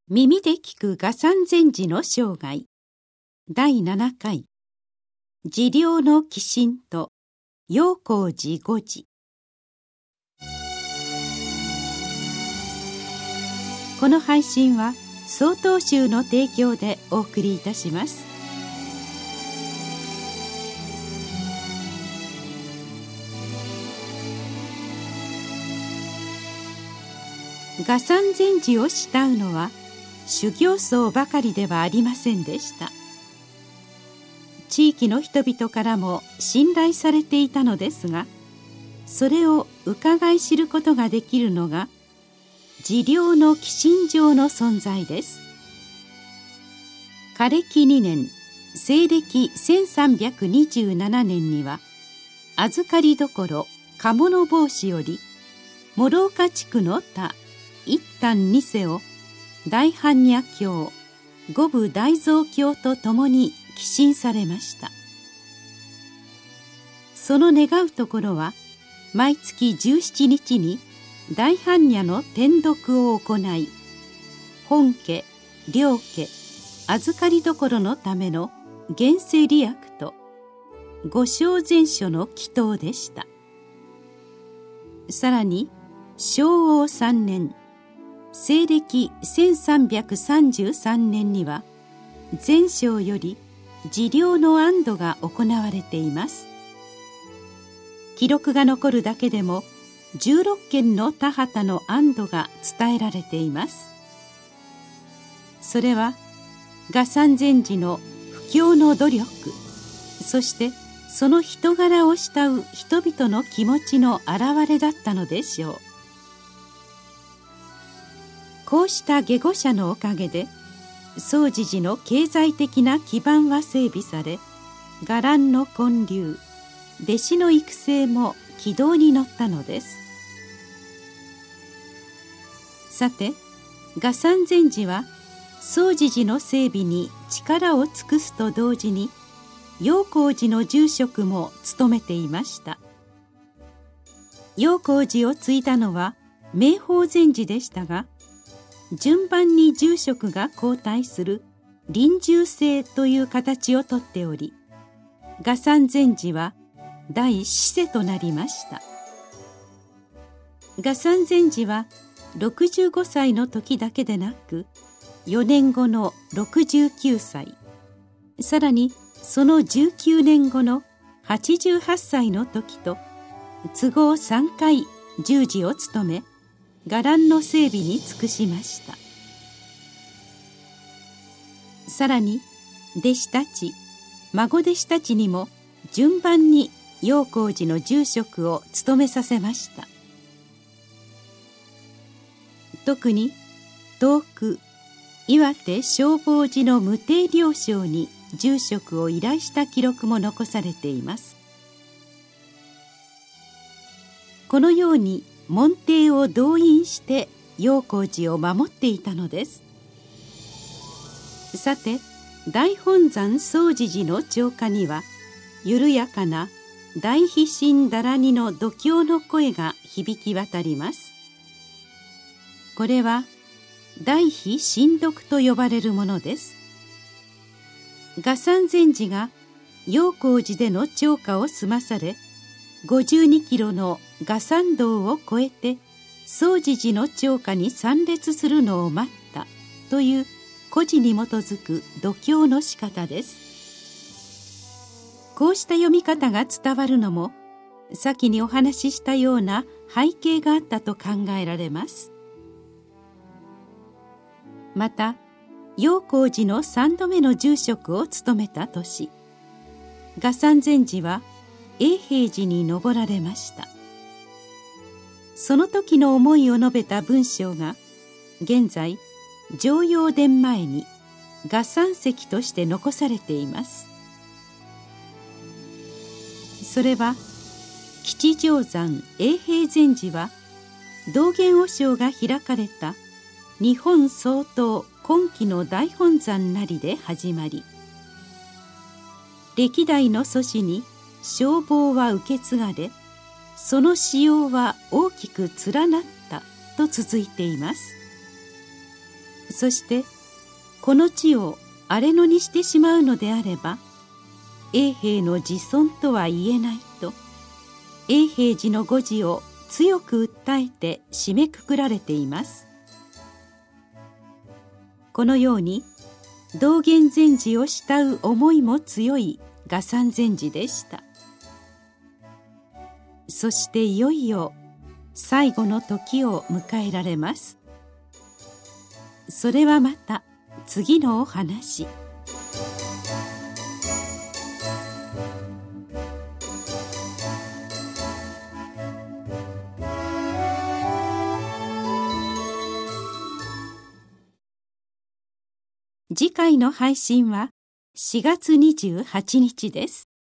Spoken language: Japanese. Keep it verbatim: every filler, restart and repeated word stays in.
耳で聞く画山禅師の生涯だいななかい持量の鬼神と陽光寺五次。この配信は曹洞宗の提供でお送りいたします。画山禅師を慕うのは修行僧ばかりではありませんでした。地域の人々からも信頼されていたのですが、それを伺い知ることができるのが持量の鬼神上の存在です。嘉暦にねん、西暦せんさんびゃくにじゅうななねんには預かり所鴨の坊子より諸岡地区の他一旦二世を大般若経、五部大蔵経とともに寄進されました。その願うところは毎月じゅうしちにちに大般若の典読を行い、本家、両家、預かり所のための現世利益と五正全書の祈祷でした。さらに正応さんねん、西暦せんさんびゃくさんじゅうさんねんには全省より持量の安堵が行われています。記録が残るだけでもじゅうろっけんの田畑の安堵が伝えられています。それは画山禅師の布教の努力、そしてその人柄を慕う人々の気持ちの表れだったのでしょう。こうした下戸者のおかげで總持寺の経済的な基盤は整備され、伽藍の建立、弟子の育成も軌道に乗ったのです。さて、画山禅師は総持寺の整備に力を尽くすと同時に陽光寺の住職も務めていました。陽光寺を継いだのは明法禅師でしたが、順番に住職が交代する臨終制という形をとっており、画山禅師は第四世となりました。画山禅師はろくじゅうごさいの時だけでなく、よねんごのろくじゅうきゅうさい、さらにそのじゅうきゅうねんごのはちじゅうはっさいの時と都合さんかい住持を務め、伽藍の整備に尽くしました。さらに弟子たち、孫弟子たちにも順番に陽光寺の住職を務めさせました。特に東区岩手消防寺の無定領省に住職を依頼した記録も残されています。このように門弟を動員して陽光寺を守っていたのです。さて、大本山総持寺の町家には緩やかな大悲心だらにの度胸の声が響き渡ります。これは大悲心読と呼ばれるものです。画山禅師が陽光寺での釣果を済まされ、ごじゅうにキロの画山道を越えて総持寺の釣果に参列するのを待ったという故事に基づく度胸の仕方です。こうした読み方が伝わるのも先にお話ししたような背景があったと考えられます。また陽光寺のさんどめの住職を務めた年、画山禅師は永平寺に登られました。その時の思いを述べた文章が現在常陽殿前に画山石として残されています。それは吉祥山永平禅師は道元和尚が開かれた日本総統今期の大本山なりで始まり、歴代の祖師に称号は受け継がれ、その使用は大きく連なったと続いています。 そしてこの地を荒れ野にしてしまうのであれば永平の自尊とは言えないと永平寺の誤字を強く訴えて締めくくられています。このように道元禅師を慕う思いも強い画山禅師でした。そしていよいよ最後の時を迎えられます。それはまた次のお話。次回の配信はしがつにじゅうはちにちです。